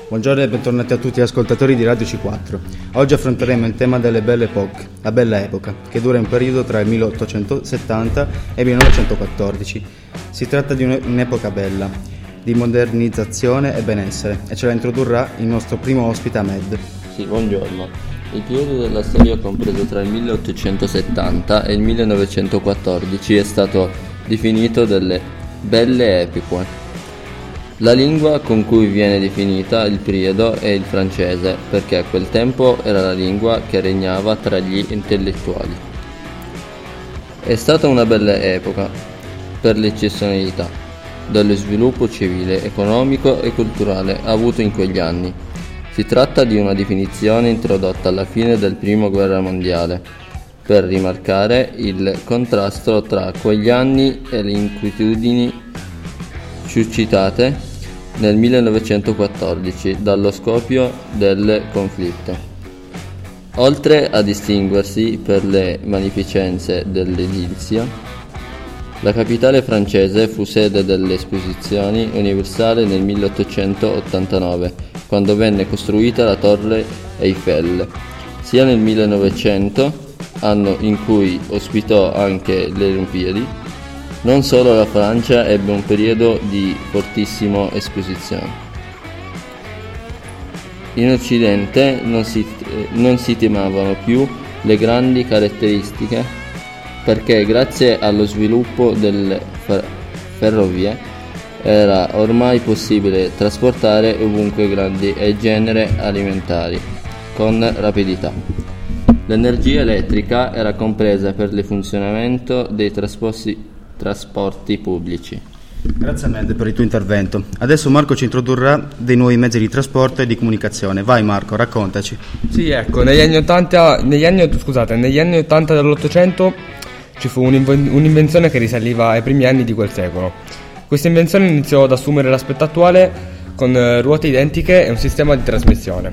Buongiorno e bentornati a tutti gli ascoltatori di Radio C4. Oggi affronteremo il tema delle Belle Époque, la bella epoca, che dura un periodo tra il 1870 e il 1914. Si tratta di un'epoca bella, di modernizzazione e benessere, e ce la introdurrà il nostro primo ospite Ahmed. Sì, buongiorno. Il periodo della storia compreso tra il 1870 e il 1914 è stato definito delle Belle Époque. La lingua con cui viene definita il periodo è il francese, perché a quel tempo era la lingua che regnava tra gli intellettuali. È stata una bella epoca per l'eccezionalità dello sviluppo civile, economico e culturale avuto in quegli anni. Si tratta di una definizione introdotta alla fine del Primo Guerra Mondiale per rimarcare il contrasto tra quegli anni e le inquietudini suscitate nel 1914 dallo scoppio del conflitto. Oltre a distinguersi per le magnificenze dell'edilizia, la capitale francese fu sede delle esposizioni universali nel 1889, quando venne costruita la Torre Eiffel, sia nel 1900, anno in cui ospitò anche le Olimpiadi. Non solo la Francia ebbe un periodo di fortissima esposizione. In Occidente non si temavano più le grandi caratteristiche, perché grazie allo sviluppo delle ferrovie era ormai possibile trasportare ovunque grandi e generi alimentari con rapidità. L'energia elettrica era compresa per il funzionamento dei trasporti pubblici. Grazie Ahmed per il tuo intervento. Adesso Marco ci introdurrà dei nuovi mezzi di trasporto e di comunicazione. Vai Marco, raccontaci. Sì, ecco, negli anni 80 dell'Ottocento ci fu un'invenzione che risaliva ai primi anni di quel secolo. Questa invenzione iniziò ad assumere l'aspetto attuale con ruote identiche e un sistema di trasmissione.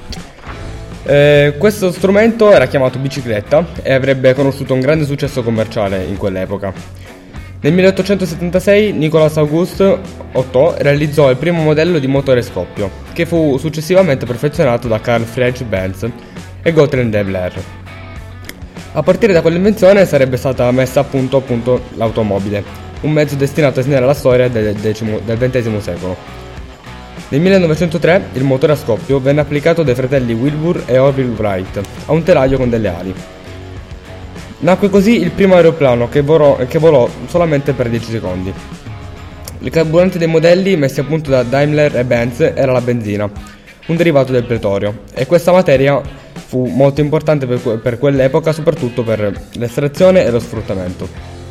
Questo strumento era chiamato bicicletta e avrebbe conosciuto un grande successo commerciale in quell'epoca. Nel 1876 Nicolas Auguste Otto realizzò il primo modello di motore scoppio, che fu successivamente perfezionato da Carl Friedrich Benz e Gottlieb Daimler. A partire da quell'invenzione sarebbe stata messa a punto l'automobile, un mezzo destinato a segnare la storia del XX secolo. Nel 1903 il motore a scoppio venne applicato dai fratelli Wilbur e Orville Wright a un telaio con delle ali. Nacque così il primo aeroplano che volò solamente per 10 secondi. Il carburante dei modelli messi a punto da Daimler e Benz era la benzina, un derivato del petrolio, e questa materia fu molto importante per quell'epoca, soprattutto per l'estrazione e lo sfruttamento.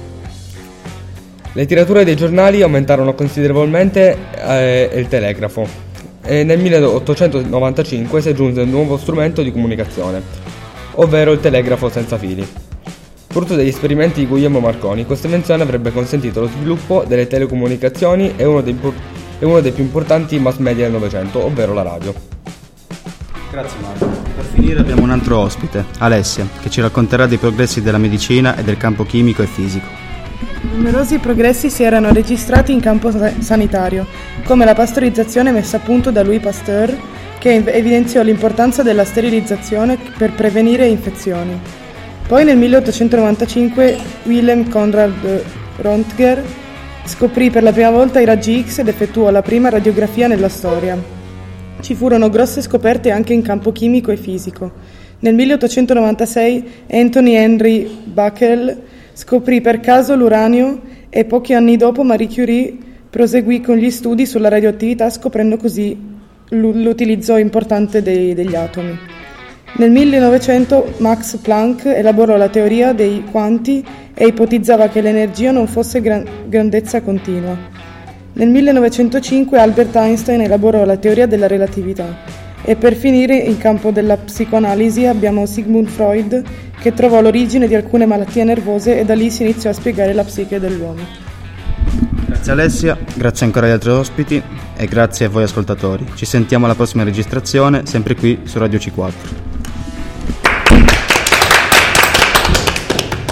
Le tirature dei giornali aumentarono considerevolmente il telegrafo, e nel 1895 si aggiunse un nuovo strumento di comunicazione, ovvero il telegrafo senza fili. Frutto degli esperimenti di Guglielmo Marconi, questa invenzione avrebbe consentito lo sviluppo delle telecomunicazioni e uno dei più importanti mass media del Novecento, ovvero la radio. Grazie Marco. Per finire abbiamo un altro ospite, Alessia, che ci racconterà dei progressi della medicina e del campo chimico e fisico. Numerosi progressi si erano registrati in campo sanitario, come la pastorizzazione messa a punto da Louis Pasteur, che evidenziò l'importanza della sterilizzazione per prevenire infezioni. Poi nel 1895 Wilhelm Conrad Röntgen scoprì per la prima volta i raggi X ed effettuò la prima radiografia nella storia. Ci furono grosse scoperte anche in campo chimico e fisico. Nel 1896 Anthony Henry Becquerel scoprì per caso l'uranio e pochi anni dopo Marie Curie proseguì con gli studi sulla radioattività, scoprendo così l'utilizzo importante degli atomi. Nel 1900 Max Planck elaborò la teoria dei quanti e ipotizzava che l'energia non fosse grandezza continua. Nel 1905 Albert Einstein elaborò la teoria della relatività. E per finire, in campo della psicoanalisi abbiamo Sigmund Freud, che trovò l'origine di alcune malattie nervose e da lì si iniziò a spiegare la psiche dell'uomo. Grazie Alessia, grazie ancora agli altri ospiti e grazie a voi ascoltatori. Ci sentiamo alla prossima registrazione, sempre qui su Radio C4.